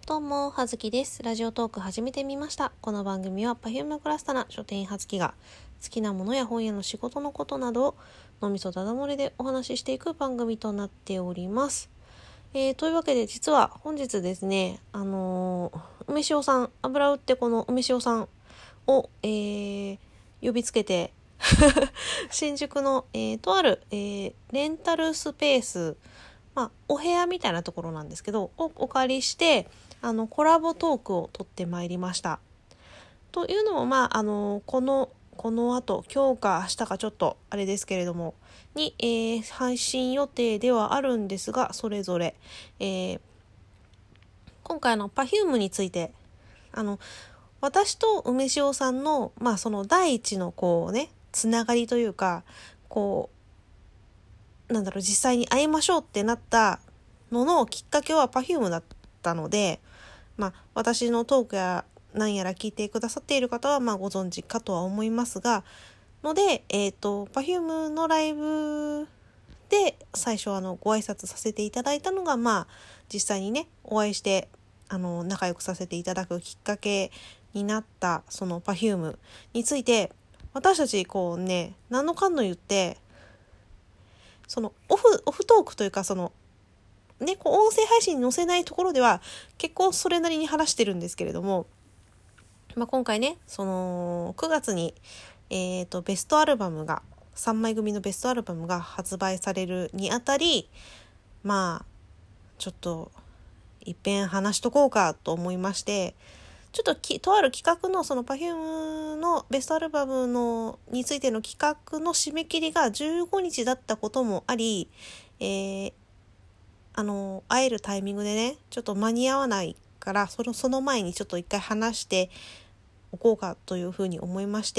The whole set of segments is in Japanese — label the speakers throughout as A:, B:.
A: どうも、はずきです。ラジオトーク始めてみました。この番組は Perfume クラスタな書店員はずきが好きなものや本屋の仕事のことなどを脳みそだだ漏れでお話ししていく番組となっております。というわけで実は本日ですね、梅塩さん、油売ってこの梅塩さんを、呼びつけて新宿の、とある、レンタルスペース、お部屋みたいなところなんですけど、をお借りして、コラボトークを取ってまいりました。というのも、この後、今日か明日かちょっとあれですけれども、に、配信予定ではあるんですが、それぞれ、今回Perfumeについて、私と梅塩さんの、その第一のつながりというか、実際に会いましょうってなったののきっかけはPerfumeだったので、私のトークや何やら聞いてくださっている方はご存知かとは思いますが、Perfume のライブで最初ご挨拶させていただいたのが実際にねお会いして仲良くさせていただくきっかけになったそのPerfumeについて、私たち何のかんの言ってそのオフトークというか音声配信に載せないところでは結構それなりに話してるんですけれども、今回ね9月にベストアルバムが3枚組のベストアルバムが発売されるにあたり、ちょっと一遍話しとこうかと思いまして、ちょっととある企画のそのPerfumeのベストアルバムについての企画の締め切りが15日だったこともあり、会えるタイミングでねちょっと間に合わないからその前にちょっと一回話しておこうかというふうに思いまして、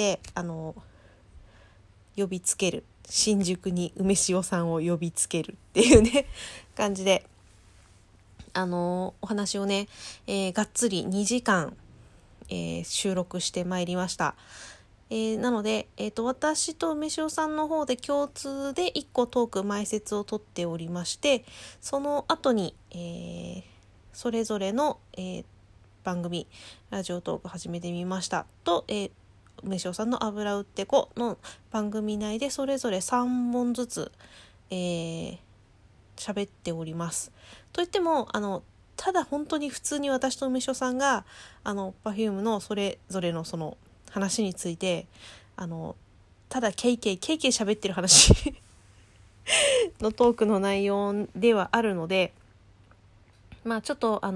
A: 呼びつける、新宿に梅塩さんを呼びつけるっていうね感じでお話をね、がっつり2時間、収録してまいりました。なので、私と梅塩さんの方で共通で1個トーク前説を取っておりまして、その後に、それぞれの、番組ラジオトーク始めてみましたと、梅塩さんの油売ってこの番組内でそれぞれ3本ずつ喋っております。といってもただ本当に普通に私と梅塩さんがPerfumeのそれぞれのその話についてただケイケイ喋ってる話のトークの内容ではあるので、ちょっと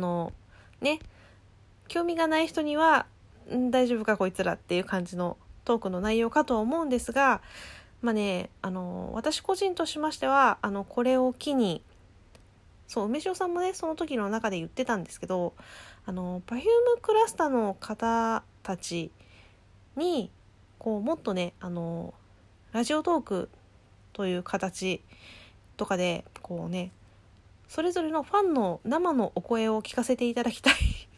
A: 興味がない人には大丈夫かこいつらっていう感じのトークの内容かとは思うんですが、私個人としましてはこれを機に梅塩さんもねその時の中で言ってたんですけどPerfumeクラスタの方たちにもっとねラジオトークという形とかでそれぞれのファンの生のお声を聞かせていただきたい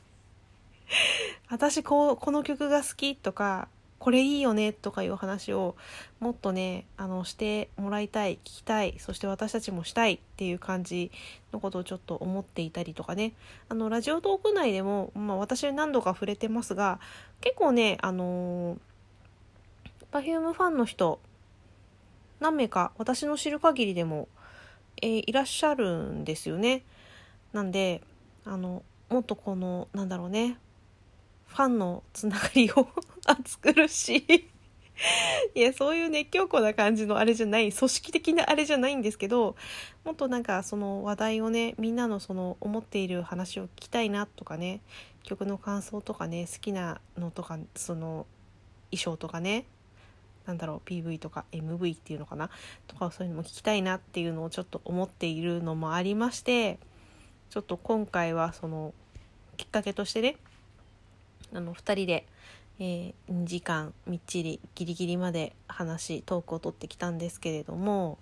A: 私この曲が好きとかこれいいよねとかいう話をもっとねしてもらいたい、聞きたい、そして私たちもしたいっていう感じのことをちょっと思っていたりとかね、ラジオトーク内でも、私何度か触れてますが結構ねPerfume ファンの人何名か私の知る限りでも、いらっしゃるんですよね。なんでもっとファンのつながりを暑苦しいいやそういう熱狂な感じのあれじゃない、組織的なあれじゃないんですけど、もっとその話題をねみんなのその思っている話を聞きたいなとかね、曲の感想とかね、好きなのとかその衣装とかねPV とか MV っていうのかなとか、そういうのも聞きたいなっていうのをちょっと思っているのもありまして、ちょっと今回はそのきっかけとしてね2人で、2時間みっちりギリギリまでトークを取ってきたんですけれども、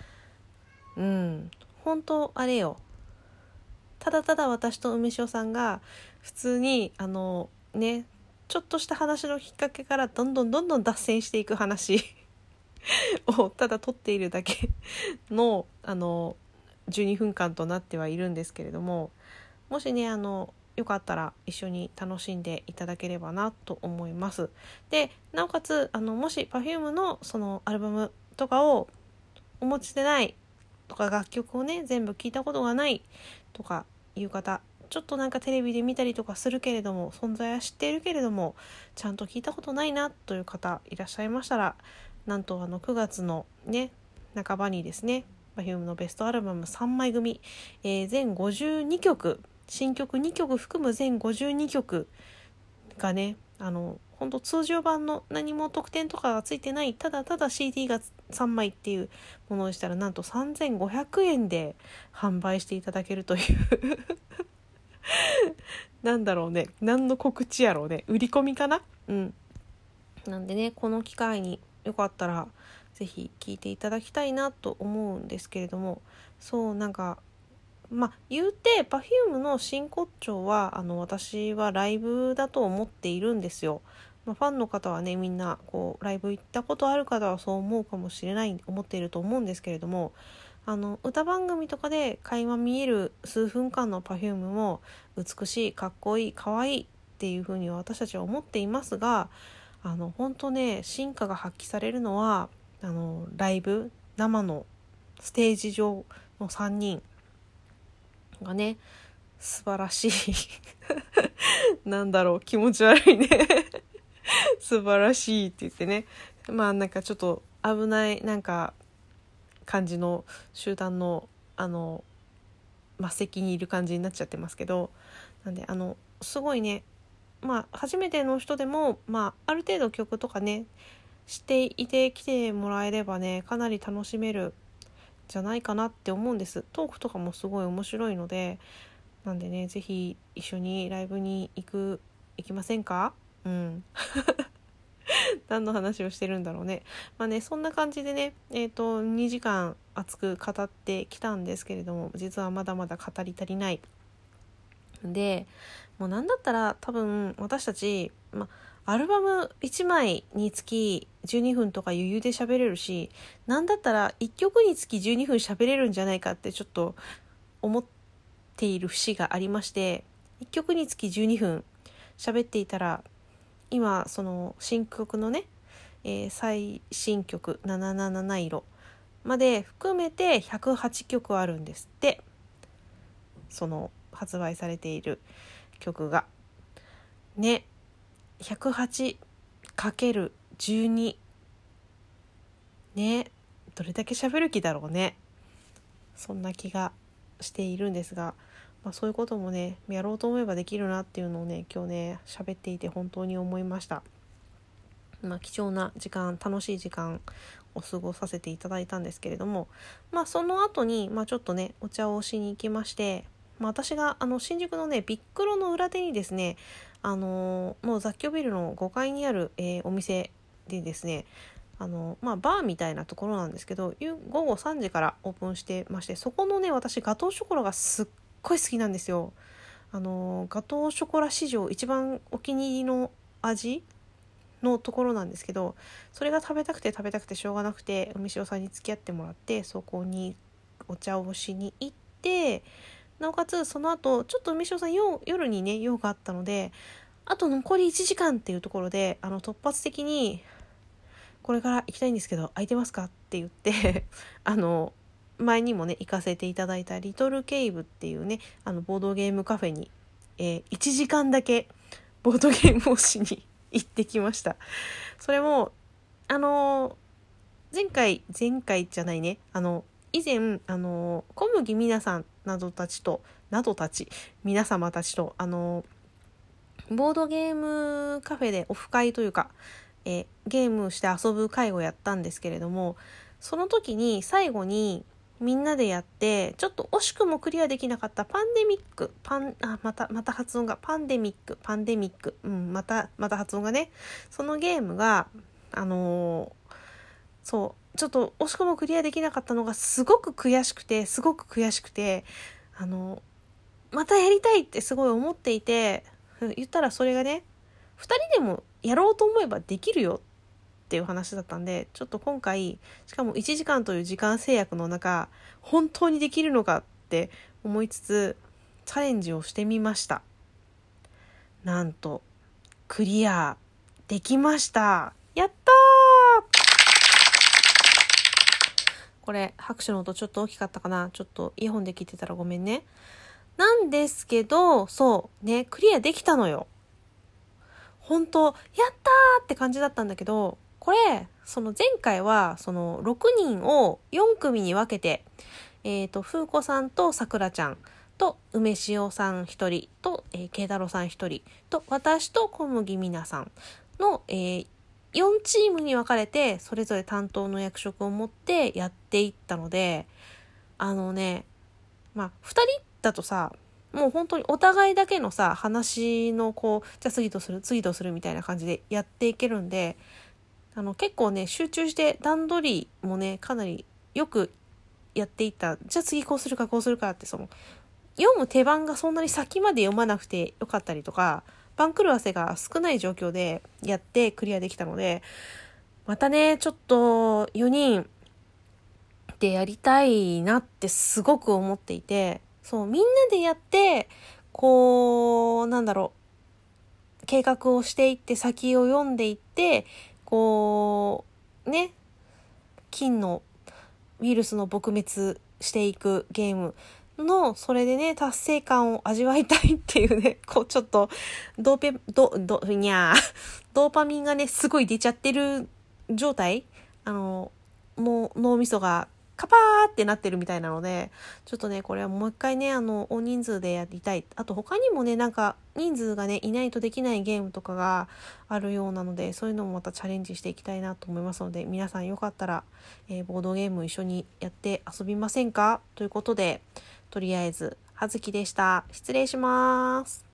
A: 本当あれよ、ただただ私と梅塩さんが普通にちょっとした話のきっかけからどんどん脱線していく話をただ撮っているだけの12分間となってはいるんですけれども、もしねよよかったら一緒に楽しんでいただければなと思います。でなおかつもし Perfume のそのアルバムとかをお持ちでないとか、楽曲をね全部聞いたことがないとかいう方、ちょっとなんかテレビで見たりとかするけれども、存在は知っているけれどもちゃんと聞いたことないなという方いらっしゃいましたら、なんと9月のね半ばにですね Perfume のベストアルバム3枚組、全52曲、新曲2曲含む全52曲がね、本当通常版の何も特典とかがついてない、ただただ CD が3枚っていうものでしたら、なんと3500円で販売していただけるというなんだろうね、何の告知やろうね、売り込みかな。なんでね、この機会によかったらぜひ聞いていただきたいなと思うんですけれども、そうなんか言うて Perfume の真骨頂は私はライブだと思っているんですよ。ファンの方はね、みんなこうライブ行ったことある方はそう思うかもしれない、思っていると思うんですけれども、歌番組とかで垣間見える数分間の Perfume も美しい、かっこいい、かわいいっていうふうに私たちは思っていますが、本当ね、真価が発揮されるのはライブ、生のステージ上の3人がね、素晴らしいなんだろう、気持ち悪いね素晴らしいって言ってね、なんかちょっと危ないなんか感じの集団の末席にいる感じになっちゃってますけど、なんですごいね、初めての人でもある程度曲とかね知っていて来てもらえればね、かなり楽しめるじゃないかなって思うんです。トークとかもすごい面白いので、なんでね、ぜひ一緒にライブに行きませんか？何の話をしてるんだろうね。そんな感じでね、2時間熱く語ってきたんですけれども、実はまだまだ語り足りないで、もうなんだったら多分私たち、アルバム1枚につき12分とか余裕で喋れるし、なんだったら1曲につき12分喋れるんじゃないかってちょっと思っている節がありまして、1曲につき12分喋っていたら、今その新曲のね、最新曲777色まで含めて108曲あるんですって。その発売されている曲がね、108×12 ね、どれだけ喋る気だろうね。そんな気がしているんですが、そういうこともねやろうと思えばできるなっていうのをね、今日ね喋っていて本当に思いました。貴重な時間、楽しい時間を過ごさせていただいたんですけれども、その後にちょっとねお茶をしに行きまして、私が新宿のねビックロの裏手にですね、もう雑居ビルの5階にある、お店でですね、バーみたいなところなんですけど、午後3時からオープンしてまして、そこのね私ガトーショコラがすっごい好きなんですよ。ガトーショコラ史上一番お気に入りの味のところなんですけど、それが食べたくてしょうがなくて、海塩さんに付き合ってもらってそこにお茶をしに行って、なおかつその後ちょっと海塩さん夜にね用があったので、あと残り1時間っていうところで突発的にこれから行きたいんですけど空いてますかって言って前にもね行かせていただいたリトルケイブっていうねボードゲームカフェに、1時間だけボードゲームをしに行ってきました。それも前回じゃないね、以前小麦皆さん皆様たちとボードゲームカフェでオフ会というか、ゲームして遊ぶ会をやったんですけれども、その時に最後にみんなでやってちょっと惜しくもクリアできなかったまた発音がパンデミック、また発音がね、そのゲームがそうちょっと惜しくもクリアできなかったのがすごく悔しくてまたやりたいってすごい思っていて、言ったらそれがね2人でもやろうと思えばできるよっていう話だったんで、ちょっと今回しかも1時間という時間制約の中本当にできるのかって思いつつチャレンジをしてみました。 なんとクリアできました。やったー。これ拍手の音ちょっと大きかったかな。ちょっとイヤホンで聞いてたらごめんね。なんですけど、そうね、クリアできたのよ。本当やったーって感じだったんだけど、これその前回はその6人を4組に分けて、風子さんとさくらちゃんと梅塩さん1人と、慶太郎さん1人と私と小麦みなさんの、4チームに分かれてそれぞれ担当の役職を持ってやっていったので、2人だとさ、もう本当にお互いだけのさ話のこう、じゃあ次とする次とするみたいな感じでやっていけるんで、結構ね集中して段取りもねかなりよくやっていった。じゃあ次こうするかこうするかって、その読む手番がそんなに先まで読まなくてよかったりとか、番狂わせが少ない状況でやってクリアできたので、またねちょっと4人でやりたいなってすごく思っていて、そうみんなでやってこう計画をしていって先を読んでいって、こうね、菌のウイルスの撲滅していくゲームの、それでね達成感を味わいたいっていうね、こうちょっとドーパミンがねすごい出ちゃってる状態、もう脳みそがカパーってなってるみたいなので、ちょっとねこれはもう一回ね大人数でやりたい。あと他にもね人数がねいないとできないゲームとかがあるようなので、そういうのもまたチャレンジしていきたいなと思いますので、皆さんよかったら、ボードゲーム一緒にやって遊びませんかということで、とりあえず葉月でした。失礼します。